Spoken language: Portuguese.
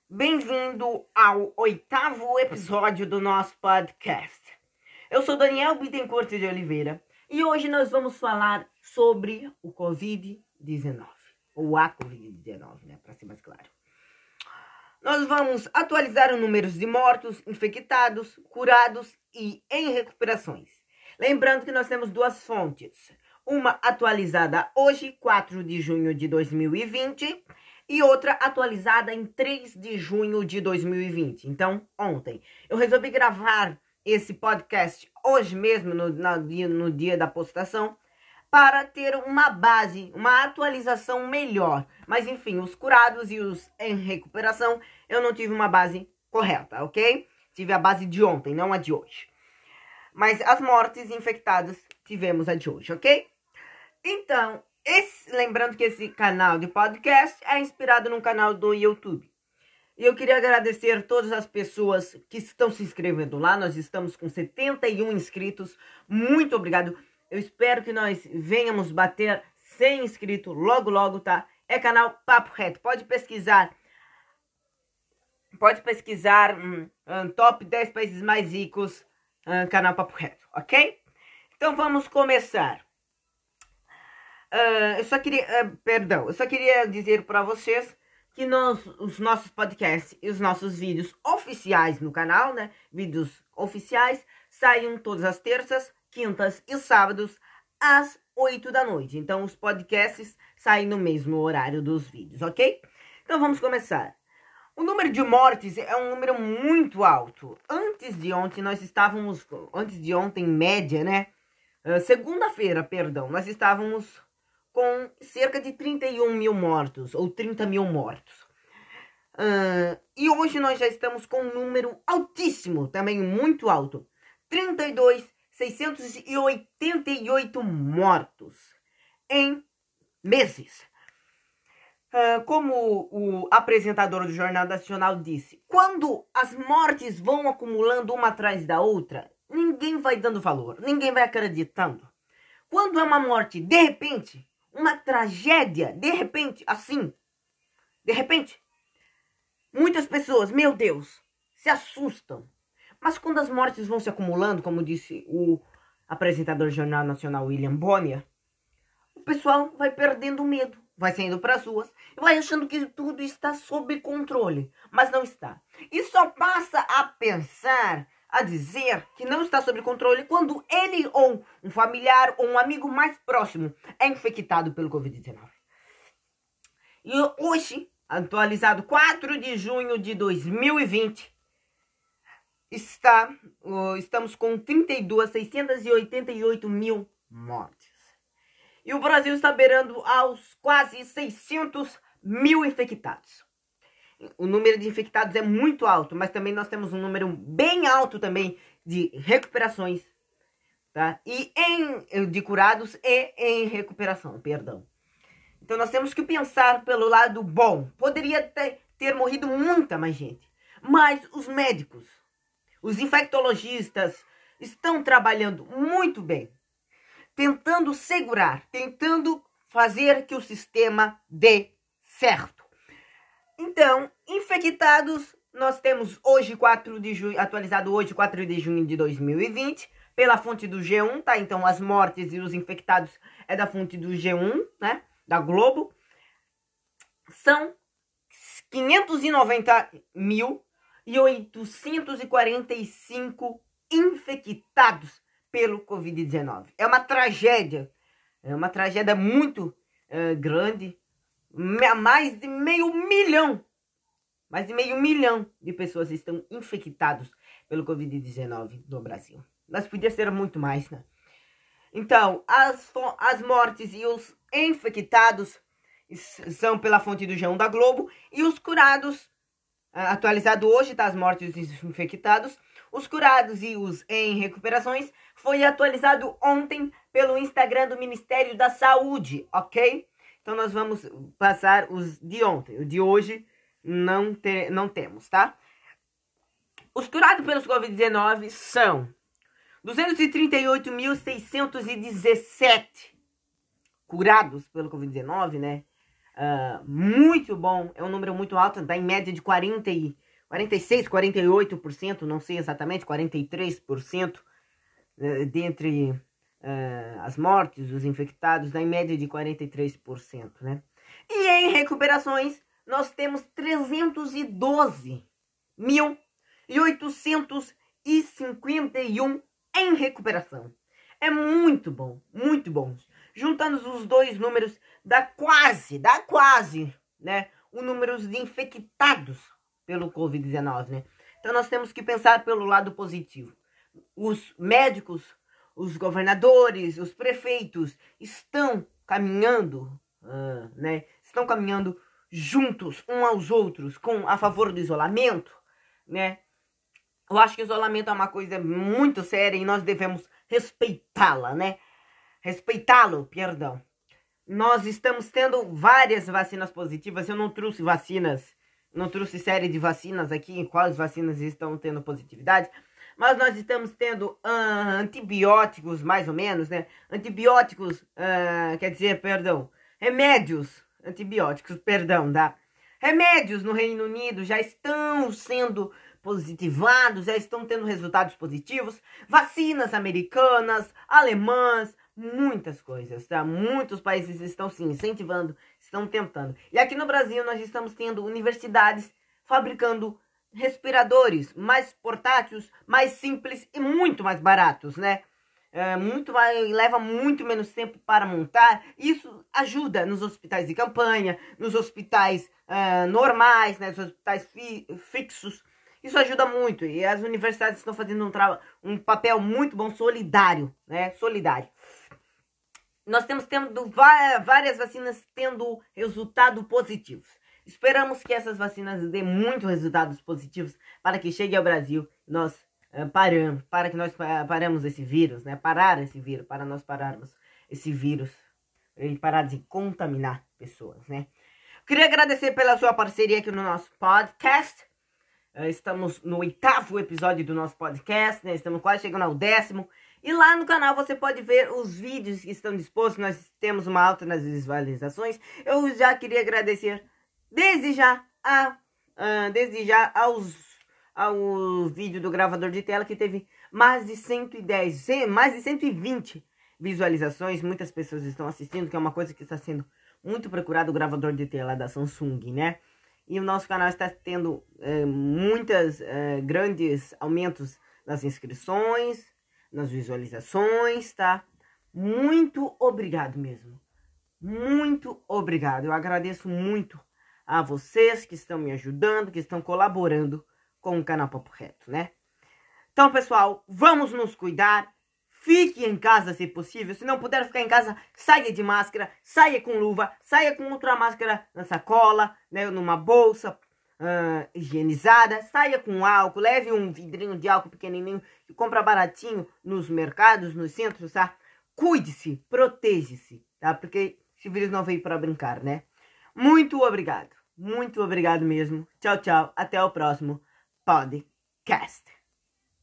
Bem-vindo ao 8º episódio do nosso podcast. Eu sou Daniel Bittencourt de Oliveira e hoje nós vamos falar sobre o Covid-19, ou a Covid-19, né, para ser mais claro. Nós vamos atualizar os números de mortos, infectados, curados e em recuperações. Lembrando que nós temos duas fontes. Uma atualizada hoje, 4 de junho de 2020, e outra atualizada em 3 de junho de 2020. Então, ontem. Eu resolvi gravar esse podcast hoje mesmo, no dia da postação, para ter uma base, uma atualização melhor. Mas, enfim, os curados e os em recuperação, eu não tive uma base correta, ok? Tive a base de ontem, não a de hoje. Mas as mortes infectadas, tivemos a de hoje, ok? Então, lembrando que esse canal de podcast é inspirado num canal do YouTube. E eu queria agradecer a todas as pessoas que estão se inscrevendo lá. Nós estamos com 71 inscritos. Muito obrigado. Eu espero que nós venhamos bater 100 inscritos logo, logo, tá? É canal Papo Reto. Pode pesquisar. Top 10 países mais ricos, canal Papo Reto, ok? Então vamos começar. Eu só queria dizer para vocês que os nossos podcasts e os nossos vídeos oficiais no canal, né? Vídeos oficiais saem todas as terças, quintas e sábados às 8 da noite. Então os podcasts saem no mesmo horário dos vídeos, ok? Então vamos começar. O número de mortes é um número muito alto. Antes de ontem, em média, né? Segunda-feira, perdão, nós estávamos com cerca de 31 mil mortos, ou 30 mil mortos. E hoje nós já estamos com um número altíssimo, também muito alto. 32.688 mortos em meses. Como o apresentador do Jornal Nacional disse, quando as mortes vão acumulando uma atrás da outra, ninguém vai dando valor, ninguém vai acreditando. Quando é uma morte, de repente, uma tragédia, de repente, muitas pessoas, meu Deus, se assustam. Mas quando as mortes vão se acumulando, como disse o apresentador do Jornal Nacional, William Bonner, o pessoal vai perdendo medo, vai saindo para as ruas e vai achando que tudo está sob controle, mas não está. E só passa a pensar, a dizer que não está sob controle quando ele ou um familiar ou um amigo mais próximo é infectado pelo Covid-19. E hoje, atualizado 4 de junho de 2020, estamos com 32.688 mil mortes. E o Brasil está beirando aos quase 600 mil infectados. O número de infectados é muito alto, mas também nós temos um número bem alto também de recuperações, tá? E de curados e em recuperação, perdão. Então nós temos que pensar pelo lado bom. Poderia ter morrido muita mais gente, mas os médicos, os infectologistas estão trabalhando muito bem, tentando segurar, tentando fazer que o sistema dê certo. Então, infectados, nós temos hoje, 4 de junho, atualizado hoje, 4 de junho de 2020, pela fonte do G1, tá? Então, as mortes e os infectados é da fonte do G1, né? Da Globo. São 590.845 infectados pelo Covid-19. É uma tragédia muito grande. Mais de meio milhão de pessoas estão infectados pelo Covid-19 no Brasil. Mas podia ser muito mais, né? Então, as mortes e os infectados são pela fonte do G1 da Globo. E os curados, atualizado hoje, tá? As mortes e os infectados. Os curados e os em recuperações foi atualizado ontem pelo Instagram do Ministério da Saúde, ok? Então nós vamos passar os de ontem. O de hoje não temos, tá? Os curados pelos Covid-19 são 238.617 curados pelo Covid-19, né? muito bom, é um número muito alto, está em média de 46, 48%, não sei exatamente, 43% dentre as mortes, os infectados, dá em média de 43%, né? E em recuperações, nós temos 312.851 em recuperação. É muito bom, muito bom. Juntando os dois números, dá quase, né, o número de infectados pelo Covid-19, né? Então nós temos que pensar pelo lado positivo. Os médicos, os governadores, os prefeitos estão caminhando, né? Estão caminhando juntos uns aos outros a favor do isolamento, né? Eu acho que o isolamento é uma coisa muito séria e nós devemos respeitá-la, né? Respeitá-lo, perdão. Nós estamos tendo várias vacinas positivas. Eu não trouxe série de vacinas aqui, quais vacinas estão tendo positividade. Mas nós estamos tendo antibióticos, mais ou menos, né? Remédios antibióticos, tá? Remédios no Reino Unido já estão sendo positivados, já estão tendo resultados positivos. Vacinas americanas, alemãs, muitas coisas, tá? Muitos países estão sim incentivando, estão tentando. E aqui no Brasil nós estamos tendo universidades fabricando respiradores mais portáteis, mais simples e muito mais baratos, né? Leva muito menos tempo para montar. Isso ajuda nos hospitais de campanha, nos hospitais normais, né? Nos hospitais fixos. Isso ajuda muito. E as universidades estão fazendo um papel muito bom, solidário, né? Solidário. Nós temos tendo várias vacinas tendo resultados positivos. Esperamos que essas vacinas dêem muitos resultados positivos para que chegue ao Brasil. Nós paramos esse vírus, né? Para nós pararmos esse vírus e parar de contaminar pessoas, né? Queria agradecer pela sua parceria aqui no nosso podcast. Estamos no 8º episódio do nosso podcast, né? Estamos quase chegando ao 10º. E lá no canal você pode ver os vídeos que estão dispostos. Nós temos uma alta nas visualizações. Eu já queria agradecer desde já ao vídeo do gravador de tela, que teve mais de 120 visualizações. Muitas pessoas estão assistindo, que é uma coisa que está sendo muito procurado, o gravador de tela da Samsung, né? E o nosso canal está tendo grandes aumentos nas inscrições, nas visualizações, tá? Muito obrigado mesmo. Muito obrigado. Eu agradeço muito a vocês que estão me ajudando, que estão colaborando com o canal Papo Reto, né? Então, pessoal, vamos nos cuidar. Fique em casa se possível. Se não puder ficar em casa, saia de máscara, saia com luva, saia com outra máscara na sacola, né, numa bolsa higienizada, saia com álcool, leve um vidrinho de álcool pequenininho que compra baratinho nos mercados, nos centros, tá? Cuide-se, proteja-se, tá? Porque esse vírus não veio para brincar, né? Muito obrigado mesmo. Tchau, tchau. Até o próximo podcast.